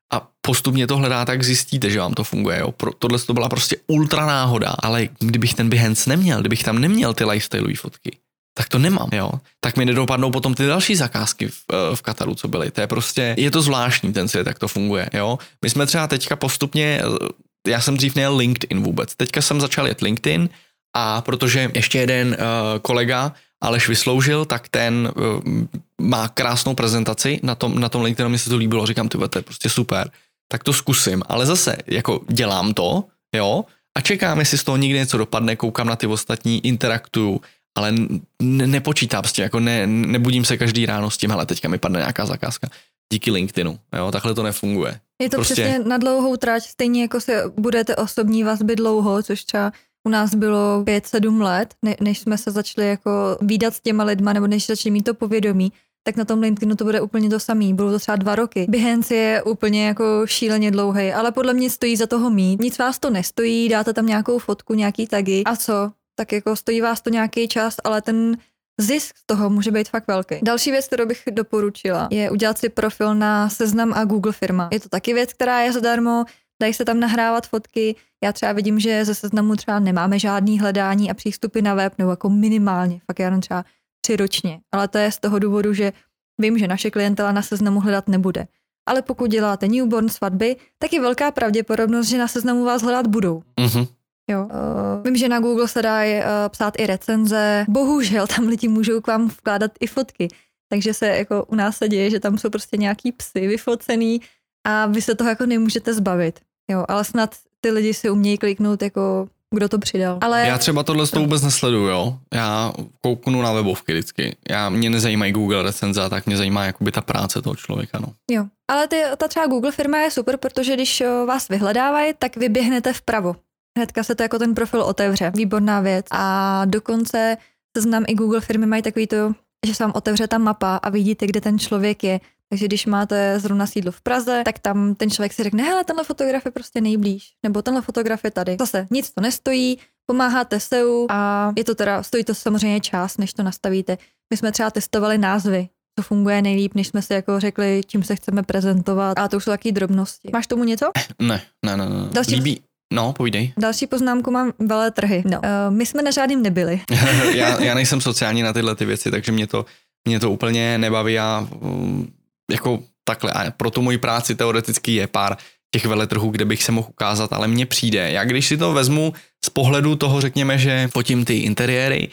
S2: a postupně to hledá, tak zjistíte, že vám to funguje. Jo. Pro, tohle to byla prostě ultra náhoda, ale kdybych ten Behance neměl, kdybych tam neměl ty lifestyleové fotky, tak to nemám, jo. Tak mi nedopadnou potom ty další zakázky v, v Kataru, co byly. To je prostě, je to zvláštní ten svět, jak to funguje, jo. My jsme třeba teďka postupně, já jsem dřív nejel LinkedIn vůbec, teďka jsem začal jet LinkedIn a protože ještě jeden uh, kolega, Aleš Vysloužil, tak ten uh, má krásnou prezentaci na tom, na tom LinkedInu, mi se to líbilo, říkám, ty to je prostě super, tak to zkusím, ale zase, jako dělám to, jo, a čekám, jestli z toho někdy něco dopadne, koukám na ty ostatní, interaktuju, ale ne, nepočítám s tím, jako ne, nebudím se každý ráno s tím, hele, teďka mi padne nějaká zakázka díky LinkedInu, jo, takhle to nefunguje.
S3: Je to
S2: prostě...
S3: přesně na dlouhou trať, stejně jako se budete osobní vazby dlouho, což třeba u nás bylo pět sedm let, ne, než jsme se začali jako vídat s těma lidma, nebo než začali mít to povědomí, tak na tom LinkedInu to bude úplně to samý, budou to třeba dva roky. Behance je úplně jako šíleně dlouhý, ale podle mě stojí za toho mít. Nic vás to nestojí, dáte tam nějakou fotku, nějaký tagy a co? Tak jako stojí vás to nějaký čas, ale ten zisk z toho může být fakt velký. Další věc, kterou bych doporučila, je udělat si profil na Seznam a Google Firma. Je to taky věc, která je zadarmo, dají se tam nahrávat fotky. Já třeba vidím, že ze Seznamu třeba nemáme žádný hledání a přístupy na web, nebo jako minimálně, fakt jenom třeba tři ročně. Ale to je z toho důvodu, že vím, že naše klientela na Seznamu hledat nebude. Ale pokud děláte newborn, svatby, tak je velká pravděpodobnost, že na Seznamu vás hledat budou.
S2: Mm-hmm.
S3: Jo. Uh, vím, že na Google se dá uh, psát i recenze. Bohužel tam lidi můžou k vám vkládat i fotky. Takže se jako u nás se děje, že tam jsou prostě nějaký psy vyfocený a vy se toho jako nemůžete zbavit. Jo, ale snad ty lidi si umějí kliknout jako kdo to přidal. Ale...
S2: Já třeba tohle to vůbec nesleduju, jo. Já kouknu na webovky vždycky. Já, mě nezajímají Google recenze, tak mě zajímá jakoby ta práce toho člověka, no.
S3: Jo, ale ty, ta třeba Google Firma je super, protože když vás vyhledávají, tak vyběhnete vpravo. Hnedka se to jako ten profil otevře. Výborná věc. A dokonce Seznam i Google Firmy mají takový to, že se vám otevře ta mapa a vidíte, kde ten člověk je. Takže když máte zrovna sídlo v Praze, tak tam ten člověk si řekne, hele, tenhle fotograf je prostě nejblíž, nebo tenhle fotograf je tady. Zase nic to nestojí, pomáháte S E O a je to teda, stojí to samozřejmě čas, než to nastavíte. My jsme třeba testovali názvy, co funguje nejlíp, než jsme si jako řekli, čím se chceme prezentovat, a to už jsou taky drobnosti. Máš tomu něco?
S2: Ne, ne, ne, ne.
S3: Další...
S2: Líbí... No, povídej.
S3: Další poznámku mám veletrhy. No. Uh, my jsme na žádným nebyli.
S2: já, já nejsem sociální na tyhle ty věci, takže mě to, mě to úplně nebaví a um, jako takhle. A pro tu moji práci teoreticky je pár těch veletrhů, kde bych se mohl ukázat, ale mně přijde. Já když si to vezmu z pohledu toho, řekněme, že fotím ty interiéry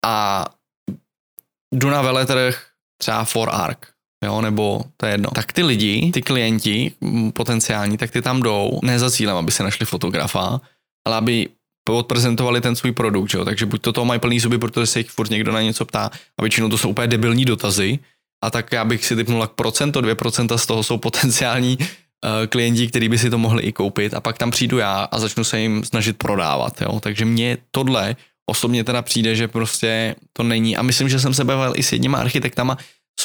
S2: a jdu na veletrh třeba For Arc, jo, nebo to je jedno. Tak ty lidi, ty klienti potenciální, tak ty tam jdou ne za cílem, aby se našli fotografa, ale aby odprezentovali ten svůj produkt, jo. Takže buď to toho mají plný zuby, protože se jich furt někdo na něco ptá a většinou to jsou úplně debilní dotazy, a tak já bych si typnul, jak procento, dvě procenta z toho jsou potenciální uh, klienti, kteří by si to mohli i koupit, a pak tam přijdu já a začnu se jim snažit prodávat, jo. Takže mně tohle osobně teda přijde, že prostě to není, a myslím, že jsem se bavil i s jedněma architektama,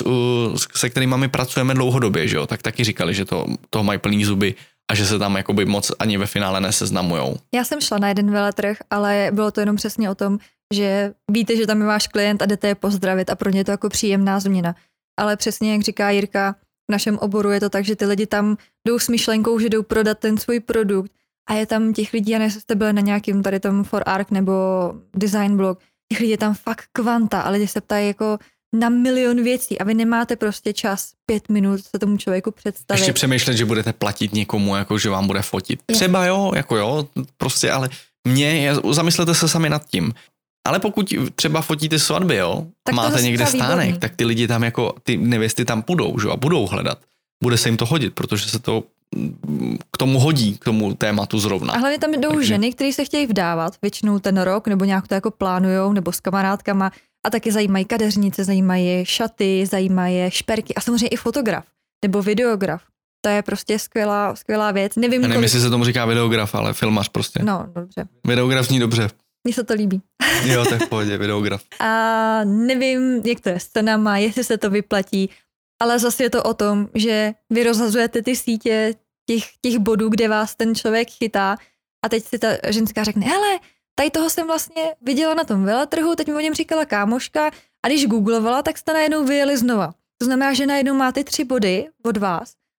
S2: se kterými my pracujeme dlouhodobě, že jo, tak taky říkali, že to, toho mají plný zuby a že se tam jakoby moc ani ve finále neseznamujou. Já
S3: jsem šla na jeden veletrh, ale bylo to jenom přesně o tom, že víte, že tam je váš klient a jdete je pozdravit a pro ně je to jako příjemná změna. Ale přesně, jak říká Jirka, v našem oboru je to tak, že ty lidi tam jdou s myšlenkou, že jdou prodat ten svůj produkt a je tam těch lidí, a ne jste byli na nějakým tady tom For Arc nebo Design Blog, těch lidí je tam fakt kvanta a lidi se ptají jako na milion věcí a vy nemáte prostě čas pět minut se tomu člověku představit.
S2: Ještě přemýšlet, že budete platit někomu, jako že vám bude fotit. Je. Třeba jo, jako jo, prostě, ale mě, zamyslete se sami nad tím. Ale pokud třeba fotíte svatby, jo, tak máte někde stánek, výborný. Tak ty lidi tam jako, ty nevěsty tam půjdou, že, a budou hledat. Bude se jim to hodit, protože se to k tomu hodí, k tomu tématu zrovna.
S3: A hlavně tam jdou Takže... ženy, které se chtějí vdávat, většinou ten rok, nebo nějak to jako plánujou, nebo s kamarádkama, a taky zajímají kadeřnice, zajímají šaty, zajímají šperky a samozřejmě i fotograf nebo videograf. To je prostě skvělá, skvělá věc. Nevím,
S2: Já nevím, kolik... jestli se tomu říká videograf, ale filmař prostě.
S3: No, dobře.
S2: Videograf zní dobře.
S3: Mně se to líbí.
S2: Jo, tak v pohodě, videograf.
S3: A nevím, jak to je s cenama, jestli se to vyplatí, ale zase je to o tom, že vy rozhazujete ty sítě těch, těch bodů, kde vás ten člověk chytá, a teď si ta ženská řekne, hele, tady toho jsem vlastně viděla na tom veletrhu, teď mi o něm říkala kámoška, a když googlovala, tak jste najednou vyjeli znova. To znamená, že najednou máte tři body od vás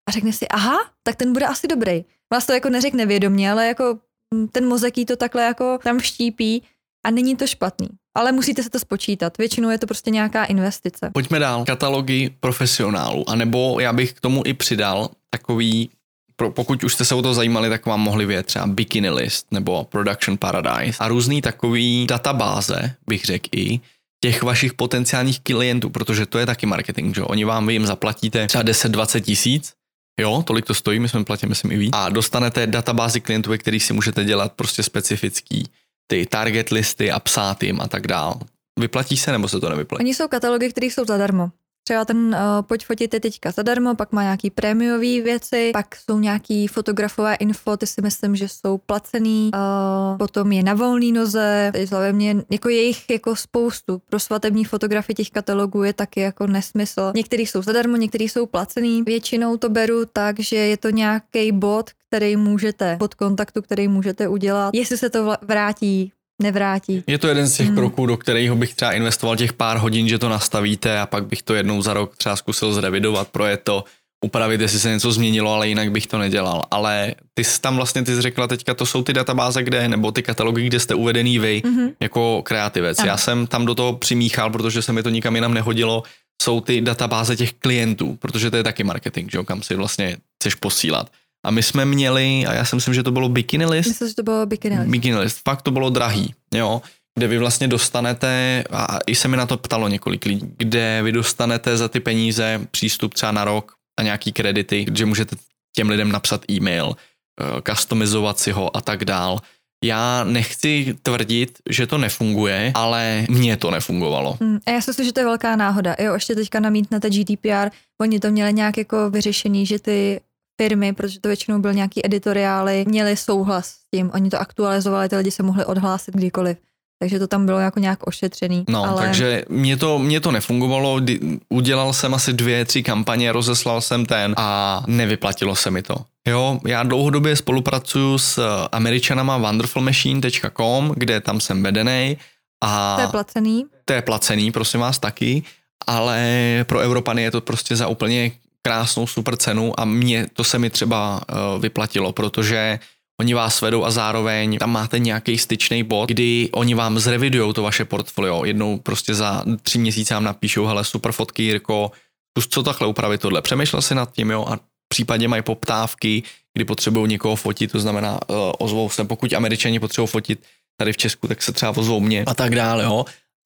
S3: a řekne si, aha, tak ten bude asi dobrý. Vás to jako neřekne vědomě, ale jako ten mozek jí to takhle jako tam vštípí a není to špatný. Ale musíte se to spočítat. Většinou je to prostě nějaká investice.
S2: Pojďme dál. Katalogy profesionálů. A nebo já bych k tomu i přidal takový, pokud už jste se o to zajímali, tak vám mohli vědět třeba Bikini List nebo Production Paradise a různý takový databáze, bych řekl i, těch vašich potenciálních klientů, protože to je taky marketing, že oni vám, vy jim zaplatíte třeba deset dvacet tisíc, jo, tolik to stojí, my jsme platili, myslím, i víc, a dostanete databázi klientů, ve kterých si můžete dělat prostě specifický ty target listy a psát jim a tak dál. Vyplatí se, nebo se to nevyplatí?
S3: Oni jsou katalogy, které jsou zadarmo. Třeba ten uh, pojď fotit je teďka zadarmo, pak má nějaký prémiový věci, pak jsou nějaký fotografové info, ty si myslím, že jsou placený, uh, potom je na volný noze, mě, jako jejich jako spoustu. Pro svatební fotografii těch katalogů je taky jako nesmysl. Některý jsou zadarmo, některý jsou placený. Většinou to beru tak, že je to nějaký bod, který můžete, bod kontaktu, který můžete udělat. Jestli se to vrátí, nevrátí.
S2: Je to jeden z těch
S3: hmm.
S2: kroků, do kterého bych třeba investoval těch pár hodin, že to nastavíte a pak bych to jednou za rok třeba zkusil zrevidovat, projet to, upravit, jestli se něco změnilo, ale jinak bych to nedělal. Ale ty jsi tam vlastně, ty jsi řekla teďka, to jsou ty databáze, kde, nebo ty katalogy, kde jste uvedený vy mm-hmm. jako kreativec. Ano. Já jsem tam do toho přimíchal, protože se mi to nikam jinam nehodilo, jsou ty databáze těch klientů, protože to je taky marketing, že jo, kam si vlastně chceš posílat. A my jsme měli, a já si myslím, že to bylo Bikini List.
S3: Myslím, že to bylo Bikini List.
S2: Bikini List, fakt to bylo drahý, jo, kde vy vlastně dostanete, a i se mi na to ptalo několik lidí, kde vy dostanete za ty peníze přístup třeba na rok a nějaký kredity, že můžete těm lidem napsat e-mail, customizovat si ho a tak dál. Já nechci tvrdit, že to nefunguje, ale mně to nefungovalo.
S3: Hmm, a já si myslím, že to je velká náhoda. Jo, ještě teďka namítnete G D P R, oni to měli nějak jako vyřešený, že ty firmy, protože to většinou byl nějaký editoriály, měli souhlas s tím. Oni to aktualizovali, ty lidi se mohli odhlásit kdykoliv. Takže to tam bylo jako nějak ošetřený.
S2: No,
S3: ale...
S2: takže mě to, mě to nefungovalo, udělal jsem asi dvě, tři kampaně, rozeslal jsem ten a nevyplatilo se mi to. Jo, já dlouhodobě spolupracuju s Američanama wonderful machine tečka com, kde tam jsem vedenej. A
S3: to je placený.
S2: To je placený, prosím vás, taky, ale pro Evropany je to prostě za úplně krásnou super cenu a mě to se mi třeba uh, vyplatilo, protože oni vás vedou a zároveň tam máte nějaký styčný bod, kdy oni vám zrevidujou to vaše portfolio. Jednou prostě za tři měsíce vám napíšou, hele, super fotky, Jirko, zkus co takhle upravit tohle. Přemýšlel si nad tím, jo, a případně mají poptávky, kdy potřebují někoho fotit, to znamená uh, ozvou se, pokud Američani potřebují fotit tady v Česku, tak se třeba ozvou mě a tak dále, jo.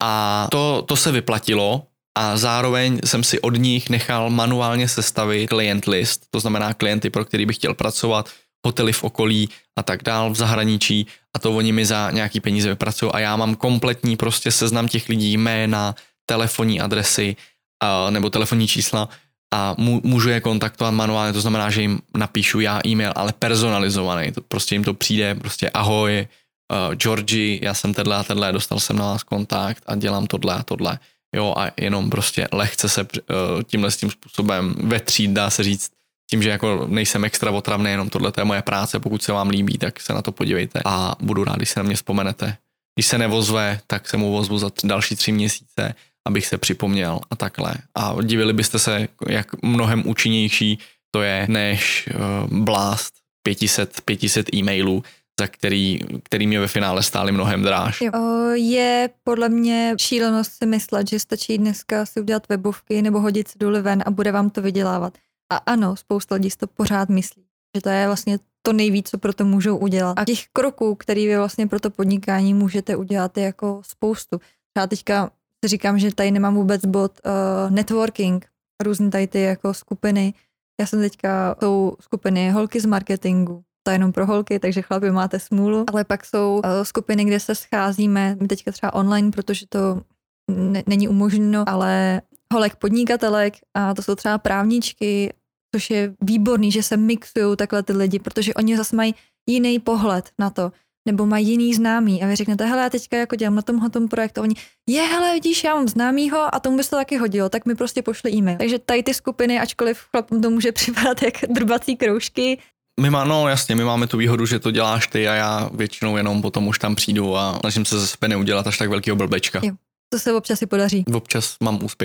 S2: A to, to se vyplatilo a zároveň jsem si od nich nechal manuálně sestavit client list, to znamená klienty, pro který bych chtěl pracovat, hotely v okolí a tak dál v zahraničí a to oni mi za nějaký peníze vypracují a já mám kompletní prostě seznam těch lidí, jména, telefonní adresy a, nebo telefonní čísla a můžu je kontaktovat manuálně, to znamená, že jim napíšu já e-mail, ale personalizovaný, to prostě jim to přijde, prostě ahoj, uh, Georgi, já jsem tenhle a tenhle, dostal jsem na vás kontakt a dělám tohle a tohle, jo, a jenom prostě lehce se uh, tímhle s tím způsobem vetřít, dá se říct, tím, že jako nejsem extra otravný, jenom tohle je moje práce, pokud se vám líbí, tak se na to podívejte a budu rád, když se na mě vzpomenete. Když se nevozve, tak se mu vozvu za tři, další tři měsíce, abych se připomněl a takhle. A divili byste se, jak mnohem účinnější to je, než uh, blast pět set e-mailů, za který, který mě ve finále stály mnohem dráž.
S3: Jo. Je podle mě šílenost si myslet, že stačí dneska si udělat webovky nebo hodit ceduly ven a bude vám to vydělávat. A ano, spousta lidí si to pořád myslí, že to je vlastně to nejvíc, co pro to můžou udělat. A těch kroků, který vy vlastně pro to podnikání můžete udělat, je jako spoustu. Já teďka si říkám, že tady nemám vůbec bod uh, networking, různý tady ty jako skupiny. Já jsem teďka, jsou skupiny holky z marketingu, to je jenom pro holky, takže chlapi máte smůlu, ale pak jsou uh, skupiny, kde se scházíme, my teďka třeba online, protože to n- není umožněno, ale holek podnikatelek a to jsou třeba právničky, což je výborný, že se mixují takhle ty lidi, protože oni zase mají jiný pohled na to, nebo mají jiný známý a vy řeknete, hele, já teďka jako dělám na tomhle tom projektu, oni, je, hele, vidíš, já mám známýho a tomu by se to taky hodilo, tak mi prostě pošli e-mail. Takže tady ty skupiny, ačkoliv chlapům to může připadat jak drbací kroužky.
S2: My má, no jasně, my máme tu výhodu, že to děláš ty a já většinou jenom potom už tam přijdu a snažím se ze sebe neudělat až tak velkýho blbečka.
S3: Jo, to se občas i podaří.
S2: Občas mám úspěch.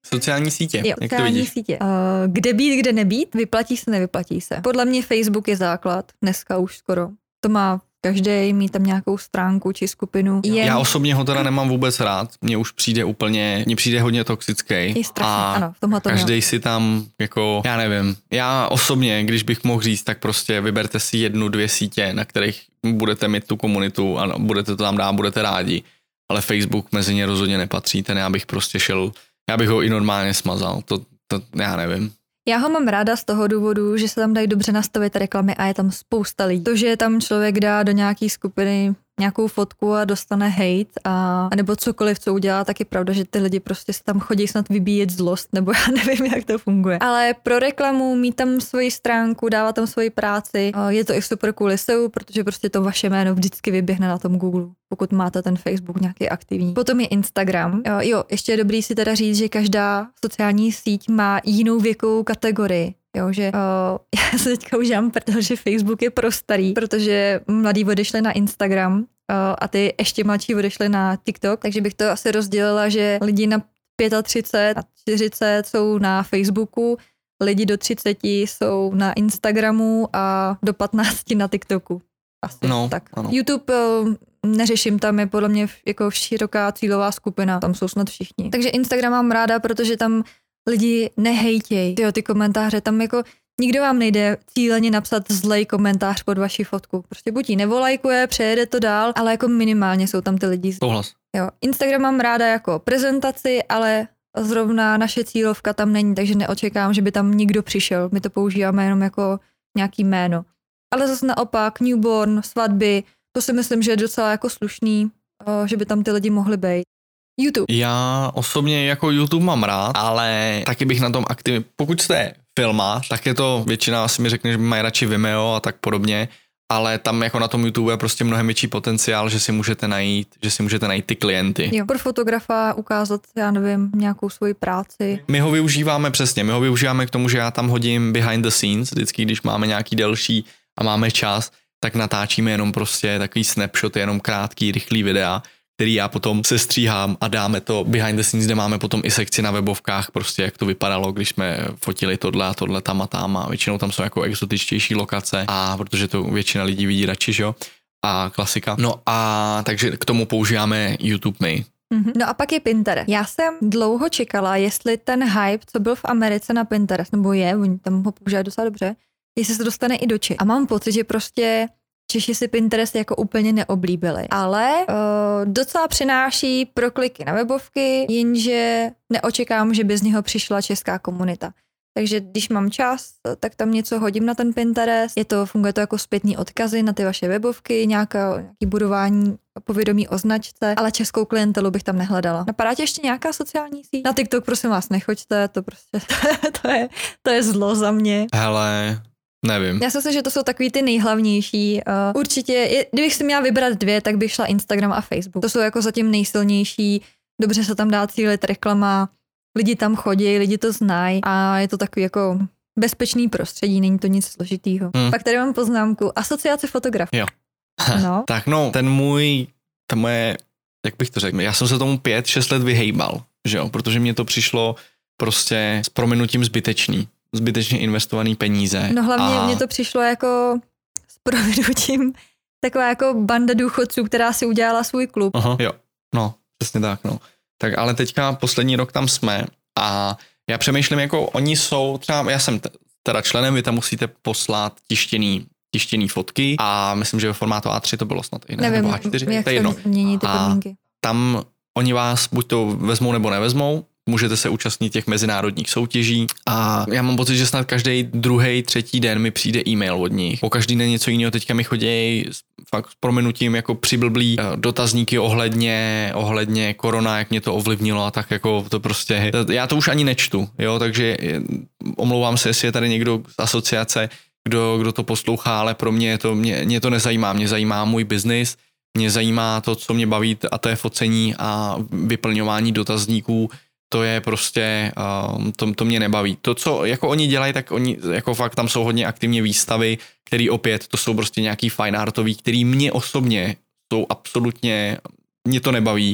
S2: sociální sítě.
S3: Jo,
S2: jak
S3: sociální
S2: to vidíš?
S3: sítě. Uh, kde být, kde nebýt, vyplatí se, nevyplatí se. Podle mě Facebook je základ, dneska už skoro. To má každý, mít tam nějakou stránku či skupinu. Jen...
S2: Já osobně ho teda nemám vůbec rád, mně už přijde úplně, mně přijde hodně toxický.
S3: Strašně,
S2: a
S3: ano, v tomhle to
S2: každý
S3: měl.
S2: si tam jako, já nevím, já osobně, když bych mohl říct, tak prostě vyberte si jednu, dvě sítě, na kterých budete mít tu komunitu a budete to tam dát, budete rádi, ale Facebook mezi ně rozhodně nepatří, ten já bych prostě šel, já bych ho i normálně smazal, to, to já nevím.
S3: Já ho mám ráda z toho důvodu, že se tam dají dobře nastavit reklamy a je tam spousta lidí. To, že tam člověk dá do nějaký skupiny nějakou fotku a dostane hate a nebo cokoliv, co udělá, tak je pravda, že ty lidi prostě se tam chodí snad vybíjet zlost, nebo já nevím, jak to funguje. Ale pro reklamu mít tam svoji stránku, dávat tam svoji práci, je to i super cool S E O, protože prostě to vaše jméno vždycky vyběhne na tom Google, pokud máte ten Facebook nějaký aktivní. Potom je Instagram. Jo, ještě je dobrý si teda říct, že každá sociální síť má jinou věkovou kategorii. Jo, že uh, já se teďka už dělám prdel, že Facebook je pro starý, protože mladí odešli na Instagram uh, a ty ještě mladší odešli na TikTok, takže bych to asi rozdělila, že lidi na třicet pět a čtyřicet jsou na Facebooku, lidi do třiceti jsou na Instagramu a do patnácti na TikToku. Asi
S2: no,
S3: tak.
S2: Ano.
S3: YouTube uh, neřeším, tam je podle mě jako široká cílová skupina, tam jsou snad všichni. Takže Instagram mám ráda, protože tam lidi nehejtěj, tyjo, ty komentáře, tam jako nikdo vám nejde cíleně napsat zlej komentář pod vaši fotku. Prostě buď ji nevolajkuje, přejede to dál, ale jako minimálně jsou tam ty lidi.
S2: Souhlas.
S3: Jo, Instagram mám ráda jako prezentaci, ale zrovna naše cílovka tam není, takže neočekám, že by tam nikdo přišel. My to používáme jenom jako nějaký jméno. Ale zase naopak, newborn, svatby, to si myslím, že je docela jako slušný, že by tam ty lidi mohli být. YouTube.
S2: Já osobně jako YouTube mám rád, ale taky bych na tom aktivně, pokud jste filmář, tak je to, většina asi mi řekne, že mají radši Vimeo a tak podobně, ale tam jako na tom YouTube je prostě mnohem větší potenciál, že si můžete najít, že si můžete najít ty klienty.
S3: Jo, pro fotografa ukázat, já nevím, nějakou svoji práci.
S2: My ho využíváme přesně, my ho využíváme k tomu, že já tam hodím behind the scenes, vždycky, když máme nějaký delší a máme čas, tak natáčíme jenom prostě takový snapshot, jenom krátký, rychlý videa, který já potom sestříhám a dáme to behind the scenes, kde máme potom i sekci na webovkách, prostě jak to vypadalo, když jsme fotili tohle a tohle tam a tam a většinou tam jsou jako exotičtější lokace a protože to většina lidí vidí radši, že jo, a klasika. No a takže k tomu používáme YouTube my.
S3: Mm-hmm. No a pak je Pinterest. Já jsem dlouho čekala, jestli ten hype, co byl v Americe na Pinterest, nebo je, oni tam ho používají docela dobře, jestli se dostane i do Čech. A mám pocit, že prostě Češi si Pinterest jako úplně neoblíbili, ale uh, docela přináší prokliky na webovky, jenže neočekám, že by z něho přišla česká komunita. Takže když mám čas, tak tam něco hodím na ten Pinterest, je to, funguje to jako zpětný odkazy na ty vaše webovky, nějaká, nějaký budování povědomí o značce, ale českou klientelu bych tam nehledala. Napadá tě ještě nějaká sociální síť? Na TikTok prosím vás nechoďte, to prostě, to je, to je zlo za mě.
S2: Hele... Nevím.
S3: Já si myslím, že to jsou takový ty nejhlavnější. Uh, určitě, je, kdybych si měla vybrat dvě, tak bych šla Instagram a Facebook. To jsou jako zatím nejsilnější, dobře se tam dá cílit reklama, lidi tam chodí, lidi to znají a je to takový jako bezpečný prostředí, není to nic složitýho. Hmm. Pak tady mám poznámku, asociace fotografů.
S2: Jo.
S3: No.
S2: Tak no, ten můj, ta moje, jak bych to řekl, já jsem se tomu pět, šest let vyhejbal, že jo, protože mně to přišlo prostě s prominutím zbytečný. Zbytečně investovaný peníze.
S3: No hlavně
S2: a...
S3: mně to přišlo jako s provedutím taková jako banda důchodců, která si udělala svůj klub.
S2: Aha, jo, no, přesně tak, no. Tak ale teďka poslední rok tam jsme a já přemýšlím, jako oni jsou, třeba já jsem teda členem, vy tam musíte poslat tištěný, tištěný fotky a myslím, že ve formátu A tři to bylo snad i ne,
S3: nevím,
S2: nebo A čtyři,
S3: jak
S2: to je jedno.
S3: Mění ty podmínky.
S2: Tam oni vás buď to vezmou nebo nevezmou, můžete se účastnit těch mezinárodních soutěží a já mám pocit, že snad každý druhý, třetí den mi přijde e-mail od nich. Po každý den něco jiného, teďka mi chodí fakt s prominutím jako přiblblí dotazníky ohledně, ohledně korona, jak mě to ovlivnilo a tak jako to prostě, já to už ani nečtu, jo, takže omlouvám se, jestli je tady někdo z asociace, kdo, kdo to poslouchá, ale pro mě to, mě, mě to nezajímá, mě zajímá můj biznis, mě zajímá to, co mě baví a to je focení a vyplňování dotazníků. To je prostě, uh, to, to mě nebaví. To, co jako oni dělají, tak oni jako fakt tam jsou hodně aktivně výstavy, který opět, to jsou prostě nějaký fine artový, který mě osobně jsou absolutně, mě to nebaví.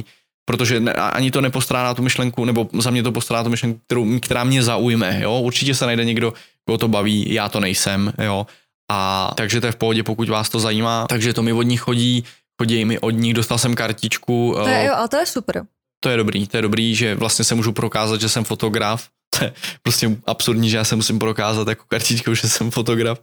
S2: protože ne, ani to nepostrádá tu myšlenku, nebo za mě to postrádá tu myšlenku, kterou, která mě zaujme, jo, určitě se najde někdo, koho to baví, já to nejsem, jo, a takže to je v pohodě, pokud vás to zajímá, takže to mi od nich chodí, chodí mi od nich, dostal jsem kartičku.
S3: To je, jo, ale to je super.
S2: To je dobrý, to je dobrý, že vlastně se můžu prokázat, že jsem fotograf, to je prostě absurdní, že já se musím prokázat jako kartičkou, že jsem fotograf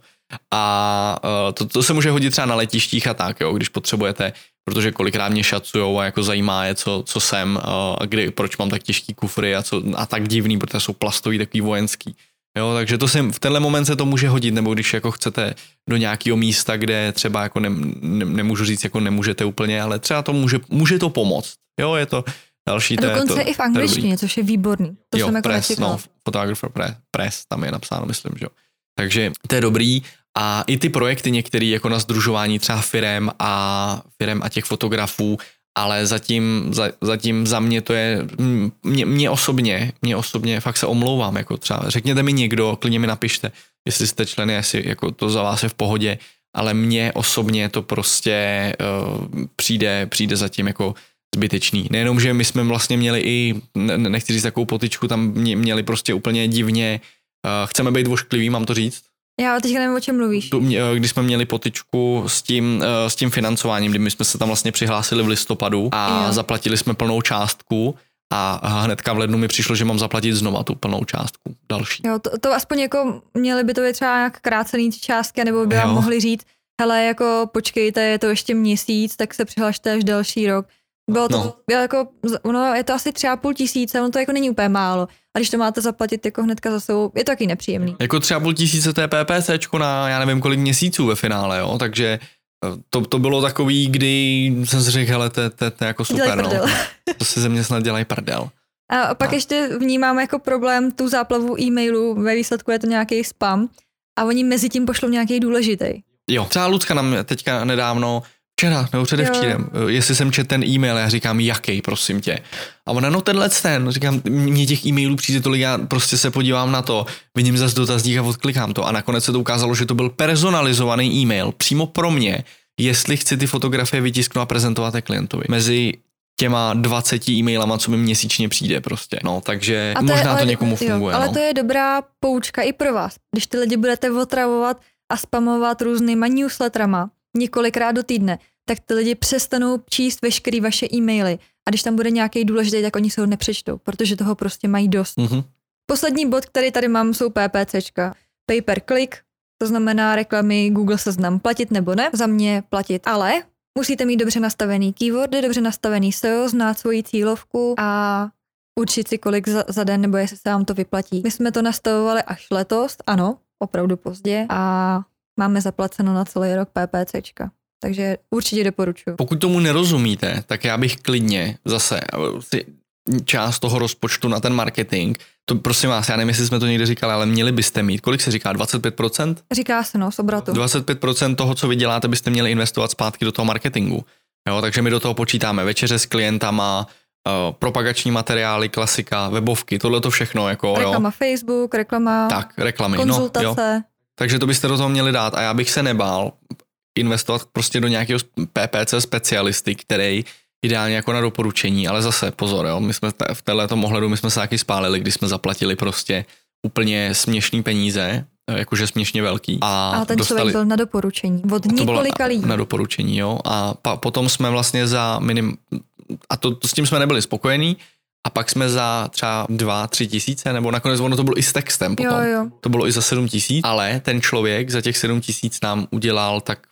S2: a to, to se může hodit třeba na letištích a tak, jo, když potřebujete, protože kolikrát mě šacujou a jako zajímá je, co, co jsem a kdy, proč mám tak těžký kufry a, co, a tak divný, protože jsou plastový, takový vojenský. Jo, takže to se, v tenhle moment se to může hodit, nebo když jako chcete do nějakého místa, kde třeba jako ne, ne, nemůžu říct, jako nemůžete úplně, ale třeba to může, může to pomoct. Jo, je to další.
S3: A dokonce
S2: to,
S3: i v angličtině, což je výborný. To
S2: jo,
S3: jsem jako
S2: press, no, photographer press, press, tam je napsáno, myslím, že jo. Takže to je dobrý a i ty projekty některé jako na sdružování třeba firem a firem a těch fotografů, ale zatím, za, zatím za mě to je, mě, mě osobně, mě osobně fakt se omlouvám, jako třeba řekněte mi někdo, klidně mi napište, jestli jste členy, jestli jako to za vás je v pohodě, ale mně osobně to prostě uh, přijde, přijde zatím jako zbytečný. Nejenom, že my jsme vlastně měli i, ne, nechci říct takovou potyčku, tam měli prostě úplně divně, uh, chceme být vošklivý, mám to říct?
S3: Já teďka nevím, o čem mluvíš.
S2: Když jsme měli potyčku s tím, s tím financováním, kdy my jsme se tam vlastně přihlásili v listopadu a jo. Zaplatili jsme plnou částku a hnedka v lednu mi přišlo, že mám zaplatit znova tu plnou částku, další.
S3: Jo, to, to aspoň jako měli by to být třeba nějak krácený ty částky, nebo by vám jo. mohli říct, hele, jako počkejte, je to ještě měsíc, tak se přihlašte až další rok. Bylo to, no. jako, ono je to asi třeba půl tisíce, ono to jako není úplně málo. A když to máte zaplatit jako hnedka za sebou, je to taky nepříjemný.
S2: Jako třeba půl tisíce to je PPCčko na já nevím kolik měsíců ve finále, jo, takže to, to bylo takový, kdy jsem si řekl, hele, to, to, to je jako super, no. To si ze mě snad dělají prdel.
S3: A pak no. ještě vnímám jako problém tu záplavu e-mailů, ve výsledku je to nějaký spam a oni mezi tím pošlou nějaký důležitý.
S2: Jo, třeba Lucka nám teďka nedávno včera, nebo předevčírem, jestli jsem četl ten e-mail, já říkám, jaký, prosím tě. A ona, no tenhle ten, říkám, mně těch e-mailů přijde tolik, já prostě se podívám na to, vidím zase dotazník a odklikám to. A nakonec se to ukázalo, že to byl personalizovaný e-mail přímo pro mě, jestli chci ty fotografie vytisknout a prezentovat je klientovi. Mezi těma dvaceti e-mailama, co mi měsíčně přijde prostě. No, takže to možná je, to někomu jo, funguje.
S3: Ale
S2: no.
S3: to je dobrá poučka i pro vás. Když ty lidi budete otravovat a spamovat různýma newsletterama několikrát do týdne, tak ty lidi přestanou číst veškerý vaše e-maily a když tam bude nějaký důležitý, tak oni se ho nepřečtou, protože toho prostě mají dost. Mm-hmm. Poslední bod, který tady mám, jsou PPCčka. Pay per click, to znamená reklamy Google Seznam, platit nebo ne, za mě platit, ale musíte mít dobře nastavený keywordy, dobře nastavený S E O, znát svoji cílovku a určit si, kolik za, za den, nebo jestli se vám to vyplatí. My jsme to nastavovali až letos, ano, opravdu pozdě a máme zaplaceno na celý rok PPCčka. Takže určitě doporučuji.
S2: Pokud tomu nerozumíte, tak já bych klidně zase si část toho rozpočtu na ten marketing, to prosím vás, já nevím, jestli jsme to někde říkali, ale měli byste mít, kolik se říká, dvacet pět procent?
S3: Říká se, no, z obratu.
S2: dvacet pět procent toho, co vyděláte, byste měli investovat zpátky do toho marketingu. Jo, takže my do toho počítáme večeře s klientama, uh, propagační materiály, klasika, webovky, tohle to všechno. Jako,
S3: reklama
S2: jo.
S3: Facebook, reklama,
S2: tak, reklamy,
S3: konzultace.
S2: No, jo. Takže to byste do toho měli dát a já bych se nebál investovat prostě do nějakého P P C specialisty, který ideálně jako na doporučení, ale zase pozor, jo, my jsme v této ohledu, my jsme se taky spálili, když jsme zaplatili prostě úplně směšný peníze, jakože směšně velký. A,
S3: a ten dostali, člověk byl na doporučení, od několika lidí.
S2: Na doporučení, jo, a pa, potom jsme vlastně za minim, a to, to s tím jsme nebyli spokojení, a pak jsme za třeba dva, tři tisíce, nebo nakonec ono to bylo i s textem potom.
S3: Jo, jo.
S2: To bylo i za sedm tisíc, ale ten člověk za těch sedm tisíc nám udělal tak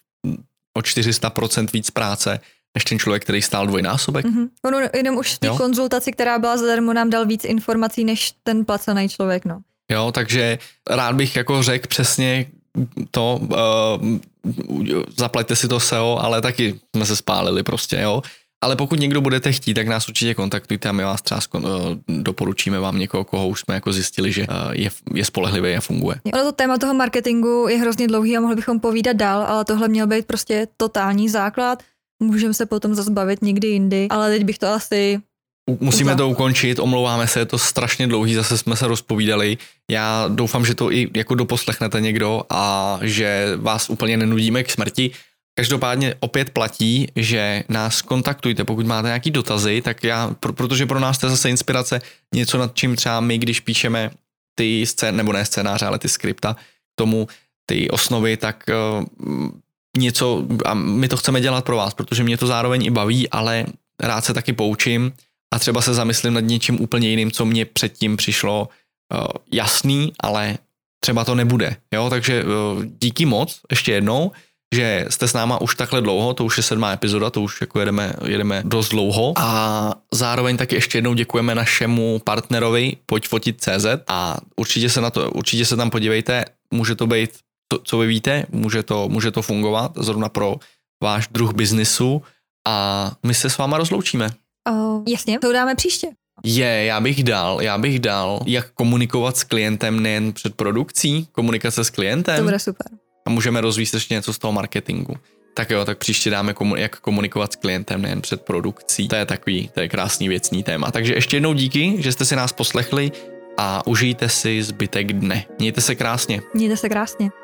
S2: o čtyři sta procent víc práce, než ten člověk, který stál dvojnásobek. Mm-hmm.
S3: Ono jenom už v té konzultaci, která byla zadarmo, nám dal víc informací, než ten placený člověk, no.
S2: Jo, takže rád bych jako řekl přesně to, uh, zaplaťte si to S E O, ale taky jsme se spálili prostě, jo. Ale pokud někdo budete chtít, tak nás určitě kontaktujte a my vás třeba uh, doporučíme vám někoho, koho už jsme jako zjistili, že uh, je, je spolehlivý a funguje.
S3: Ono to téma toho marketingu je hrozně dlouhý a mohli bychom povídat dál, ale tohle měl být prostě totální základ. Můžeme se potom zbavit někdy jindy, ale teď bych to asi...
S2: Musíme to ukončit, omlouváme se, je to strašně dlouhý, zase jsme se rozpovídali. Já doufám, že to i jako doposlechnete někdo a že vás úplně nenudíme k smrti. Každopádně opět platí, že nás kontaktujte, pokud máte nějaký dotazy, tak já, pro, protože pro nás to je zase inspirace, něco nad čím třeba my, když píšeme ty scén, nebo ne scénáře, ale ty skripta, k tomu ty osnovy, tak uh, něco, a my to chceme dělat pro vás, protože mě to zároveň i baví, ale rád se taky poučím a třeba se zamyslím nad něčím úplně jiným, co mě předtím přišlo uh, jasný, ale třeba to nebude, jo, takže uh, díky moc, ještě jednou, že jste s náma už takhle dlouho, to už je sedmá epizoda, to už jako jedeme, jedeme dost dlouho a zároveň taky ještě jednou děkujeme našemu partnerovi Pojď fotit tečka cé zet a určitě se na to, určitě se tam podívejte, může to být to, co vy víte, může to, může to fungovat zrovna pro váš druh biznisu a my se s váma rozloučíme.
S3: Uh, jasně, to dáme příště.
S2: Je, já bych dal, já bych dal, jak komunikovat s klientem nejen před produkcí, komunikace s klientem.
S3: To bude super.
S2: A můžeme rozvíjet ještě něco z toho marketingu. Tak jo, tak příště dáme, komu- jak komunikovat s klientem nejen před produkcí. To je takový, to je krásný věcný téma. Takže ještě jednou díky, že jste si nás poslechli a užijte si zbytek dne. Mějte se krásně.
S3: Mějte se krásně.